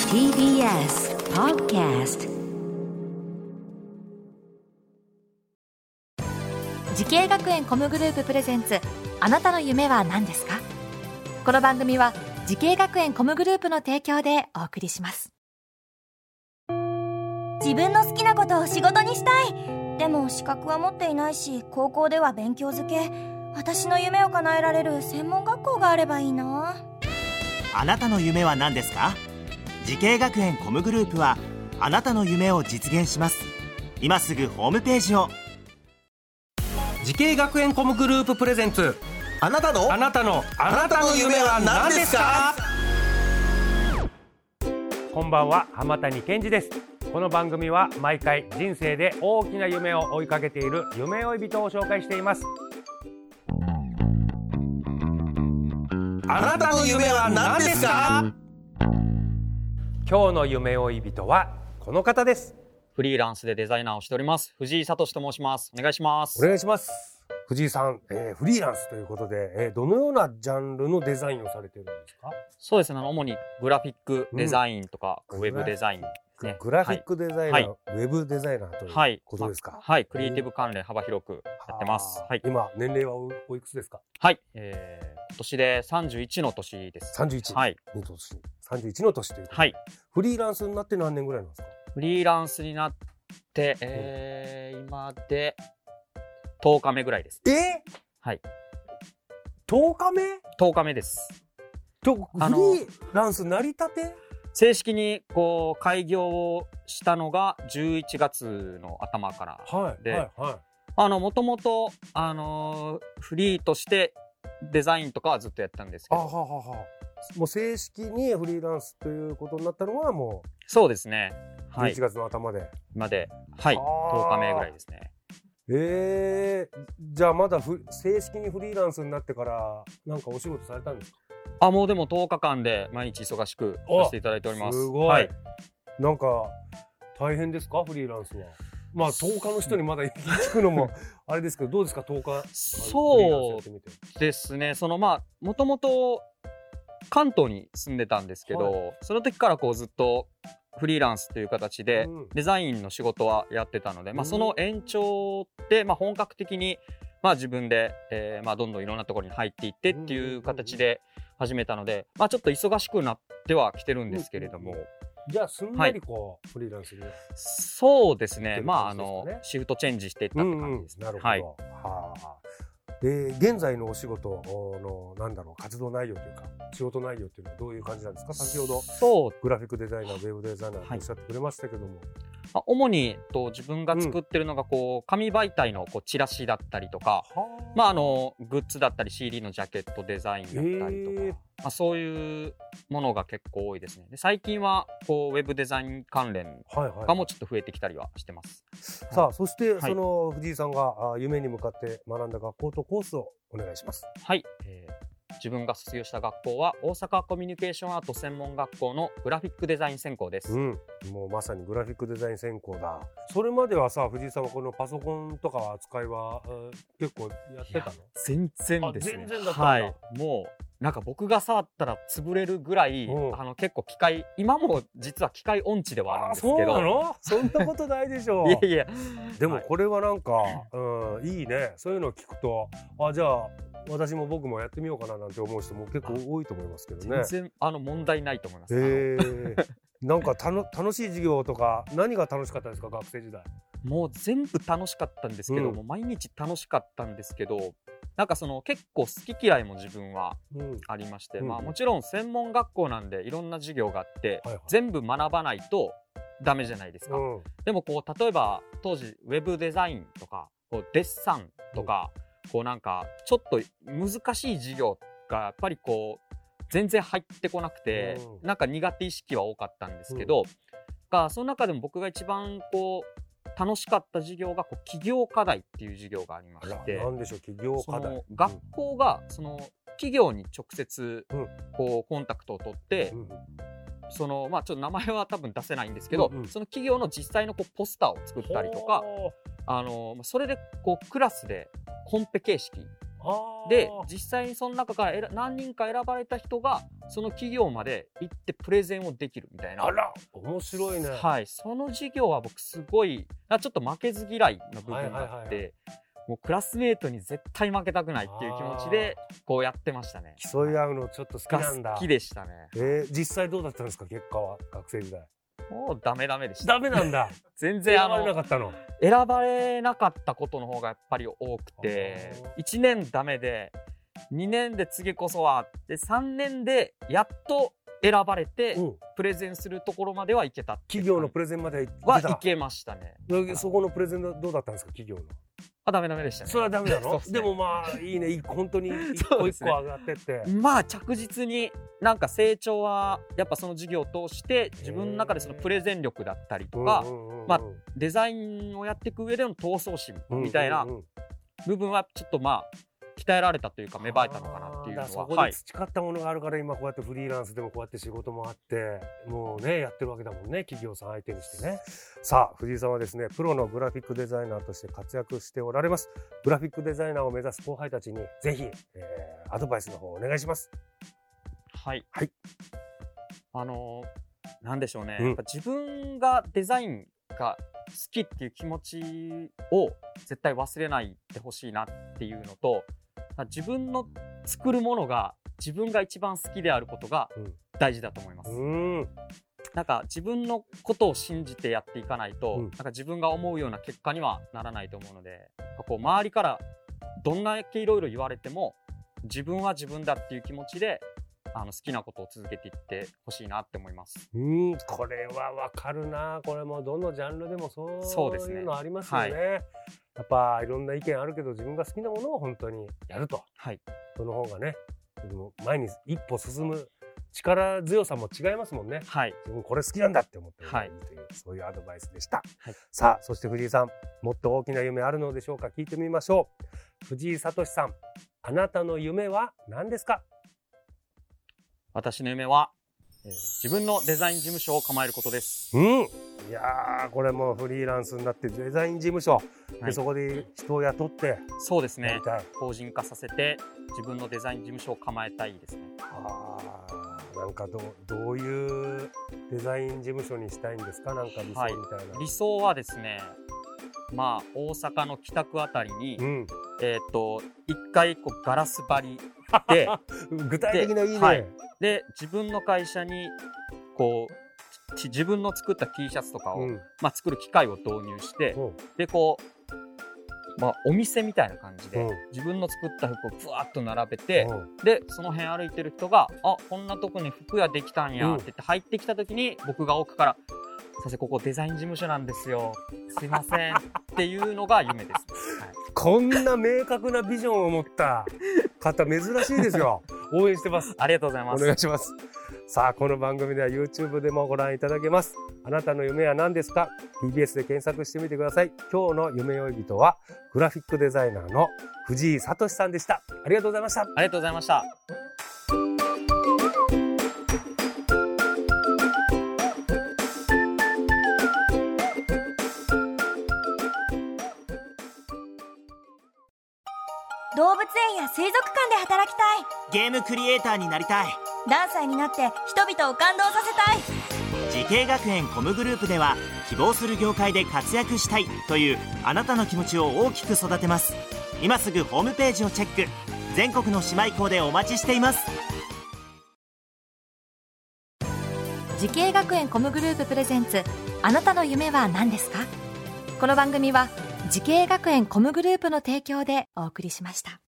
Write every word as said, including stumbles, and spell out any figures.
ティービーエス Podcast。 時系学園コムグループプレゼンツ、あなたの夢は何ですか？この番組は時系学園コムグループの提供でお送りします。 自分の好きなことを仕事にしたい。でも資格は持っていないし、高校では勉強づけ。私の夢を叶えられる専門学校があればいいな。 あなたの夢は何ですか？時系学園コムグループはあなたの夢を実現します。今すぐホームページを。 時系学園コムグループプレゼンツ、 あなたのあなたのあなたの夢は何ですか？ こんばんは、浜谷健二です。この番組は毎回人生で大きな夢を追いかけている夢追い人を紹介しています。 あなたの夢は何ですか？ 今日の夢追い人はこの方です。 フリーランスでデザイナーをしております藤井聡と申します。お願いします。 お願いします。藤井さん、えー、フリーランスということで、えー、どのようなジャンルのデザインをされているんですか？ そうですね、主にグラフィックデザインとか、うん、ウェブデザイン、 ね、グラフィックデザイナー、はい、ウェブデザイナーということですか？ はい、まはい、クリエイティブ関連幅広くやってます。はい、 今年齢は お, おいくつですか？ はい、えー、今年でさんじゅういちの年です。 さんじゅういち、 はい、 の年、さんじゅういちの年ということで、 はい、 フリーランスになって何年ぐらいなんですか？ フリーランスになって、えーうん、今でとおかめぐらいです。 えー、 はい、 とおかめ？ とおかめです。 とフリーランス成り立て？ 正式にこう開業をしたのがじゅういちがつの頭からで、はいはいはい、あのもともとあのー、フリーとしてデザインとかはずっとやってたんですけど、 あはははもう正式にフリーランスということになったのはもうそうですね、 じゅういちがつの頭で、はい、 まで、はい、とおかめぐらいですね。 えー、じゃあまだふ正式にフリーランスになってからなんかお仕事されたんですか？ あ、もうでもとおかかんで毎日忙しくさせていただいております。 すごい、 はい、 なんか大変ですか？フリーランスは。まあとおかの人にまだ聞くのもあれですけど、どうですかとおか？ そうですね、そのまあもともと関東に住んでたんですけど、はい、その時からこうずっとフリーランスという形でデザインの仕事はやってたので、うん、まあ、その延長で、まあ、本格的にまあ自分で、えー、まあどんどんいろんなところに入っていってっていう形で始めたので、まあ、ちょっと忙しくなってはきてるんですけれども、うんうん、 じゃあすんなりこう、はい、フリーランスにそうですね、まああのシフトチェンジしていったって感じですね。 うんうん、なるほど、はい、はあ。で現在のお仕事のなんだろう活動内容というか仕事内容というのはどういう感じなんですか？先ほどそうグラフィックデザイナー、ウェブデザイナーとおっしゃってくれましたけども、 はい、主にと自分が作ってるのがこう紙媒体のこうチラシだったりとか、まあ、あのグッズだったり シーディー のジャケットデザインだったりとか、まあ、そういうものが結構多いですね。で最近はこうウェブデザイン関連がもうちょっと増えてきたりはしてます。 はいはい、さあそしてその藤井さんが夢に向かって学んだ学校とコースをお願いします。 はい、えー、自分が卒業した学校は大阪コミュニケーションアート専門学校のグラフィックデザイン専攻です。 うん、もうまさにグラフィックデザイン専攻だ。それまではさ、藤井さんはこのパソコンとか扱いは結構やってたの？ 全然ですね。 全然だったんだ。 はい、もうなんか僕が触ったら潰れるぐらい、うん、あの結構機械今も実は機械音痴ではあるんですけど。 そうなの？そんなことないでしょう。 いやいやでもこれはなんか、はい、うん、いいね。そういうのを聞くと、あ、じゃあ私も僕もやってみようかななんて思う人も結構多いと思いますけどね。 全然あの問題ないと思います。 へーなんかたの楽しい授業とか何が楽しかったですか？学生時代。 もう全部楽しかったんですけど、うん、もう毎日楽しかったんですけど、なんかその結構好き嫌いも自分はありまして、うん、まあもちろん専門学校なんでいろんな授業があって、はいはい、全部学ばないとダメじゃないですか。うん、でもこう例えば当時ウェブデザインとかこうデッサンとか、うん、こうなんかちょっと難しい授業がやっぱりこう全然入ってこなくて、うん、なんか苦手意識は多かったんですけど、うん、がその中でも僕が一番こう楽しかった授業がこう起業課題っていう授業がありまして、 なんでしょう起業課題。 学校がその企業に直接こうコンタクトを取って、うん、そのまあちょっと名前は多分出せないんですけど、うんうん、その企業の実際のこうポスターを作ったりとか、あのそれでこうクラスでコンペ形式で実際にその中から何人か選ばれた人がその企業まで行ってプレゼンをできるみたいな。 あら面白いね。 はい、その授業は僕すごいちょっと負けず嫌いの部分があって、はいはいはいはい、もうクラスメートに絶対負けたくないっていう気持ちでこうやってましたね。 競い合うのちょっと好きなんだ。 好きでしたね。 えー、実際どうだったんですか結果は学生時代。 もうダメダメでした。 ダメなんだ。 全然選ばれなかったの。 選ばれなかったことの方がやっぱり多くて、いちねんダメでにねんで次こそはってさんねんでやっと選ばれて、うん、プレゼンするところまではいけた。 企業のプレゼンまではいけましたね。 そこのプレゼンどうだったんですか企業の。 あ、ダメダメでしたね。 それはダメなの？で, ね、でもまあいいね、本当に一個一個上がってって、 ね、まあ着実になんか成長はやっぱその授業を通して自分の中でそのプレゼン力だったりとか、まあデザインをやっていく上での闘争心みたいな部分はちょっとまあ鍛えられたというか芽生えたのかなっていうのは。 そこで培ったものがあるから今こうやってフリーランスでもこうやって仕事もあってもうねやってるわけだもんね、企業さん相手にしてね。さあ藤井さんはですねプロのグラフィックデザイナーとして活躍しておられます。グラフィックデザイナーを目指す後輩たちにぜひ、えー、アドバイスの方お願いします。 はい、 はい、 あのー、なんでしょうね、うん、やっぱ自分がデザインが好きっていう気持ちを絶対忘れないでほしいなっていうのと、自分の作るものが自分が一番好きであることが大事だと思います。うん、なんか自分のことを信じてやっていかないと、うん、なんか自分が思うような結果にはならないと思うので、こう周りからどんだけいろいろ言われても自分は自分だっていう気持ちであの好きなことを続けていってほしいなって思います。 うん、これはわかるな。これもどのジャンルでもそういうのありますよね。はい、やっぱいろんな意見あるけど自分が好きなものを本当にやると、はい、その方がね前に一歩進む力強さも違いますもんね。はい、自分これ好きなんだって思ってる、はい、というそういうアドバイスでした。はい、さあそして藤井さんもっと大きな夢あるのでしょうか。聞いてみましょう。藤井聡さん、あなたの夢は何ですか？ 私の夢は、えー、自分のデザイン事務所を構えることです。 うん、いやーこれもフリーランスになってデザイン事務所、はい、でそこで人を雇ってそうですね法人化させて自分のデザイン事務所を構えたいですね。 あーなんか ど, どういうデザイン事務所にしたいんですか？なんか理想みたいな、はい、 理想はですね、まあ大阪の北区あたりに、うん、えっと一回こうガラス張りで具体的ないいね。 はい、で自分の会社にこう自分の作った T シャツとかを、うんまあ、作る機械を導入して、うん、でこう、まあ、お店みたいな感じで、うん、自分の作った服をぶわっと並べて、うん、でその辺歩いてる人があこんなとこに服屋できたんやって言って入ってきた時に僕が奥からすいませんここデザイン事務所なんですよすいませんっていうのが夢です、はい、 こんな明確なビジョンを持った方珍しいですよ。応援してます。 ありがとうございます。 お願いします。さあこの番組では YouTube でもご覧いただけます。あなたの夢は何ですか？ ティービーエス で検索してみてください。今日の夢追い人はグラフィックデザイナーの藤井聡さんでした。ありがとうございました。 ありがとうございました。 動物園や水族館で働きたい。 ゲームクリエイターになりたい。 何歳になって人々を感動させたい。 時系学園コムグループでは希望する業界で活躍したいというあなたの気持ちを大きく育てます。今すぐホームページをチェック。全国の姉妹校でお待ちしています。 時系学園コムグループプレゼンツ、あなたの夢は何ですか？この番組は時系学園コムグループの提供でお送りしました。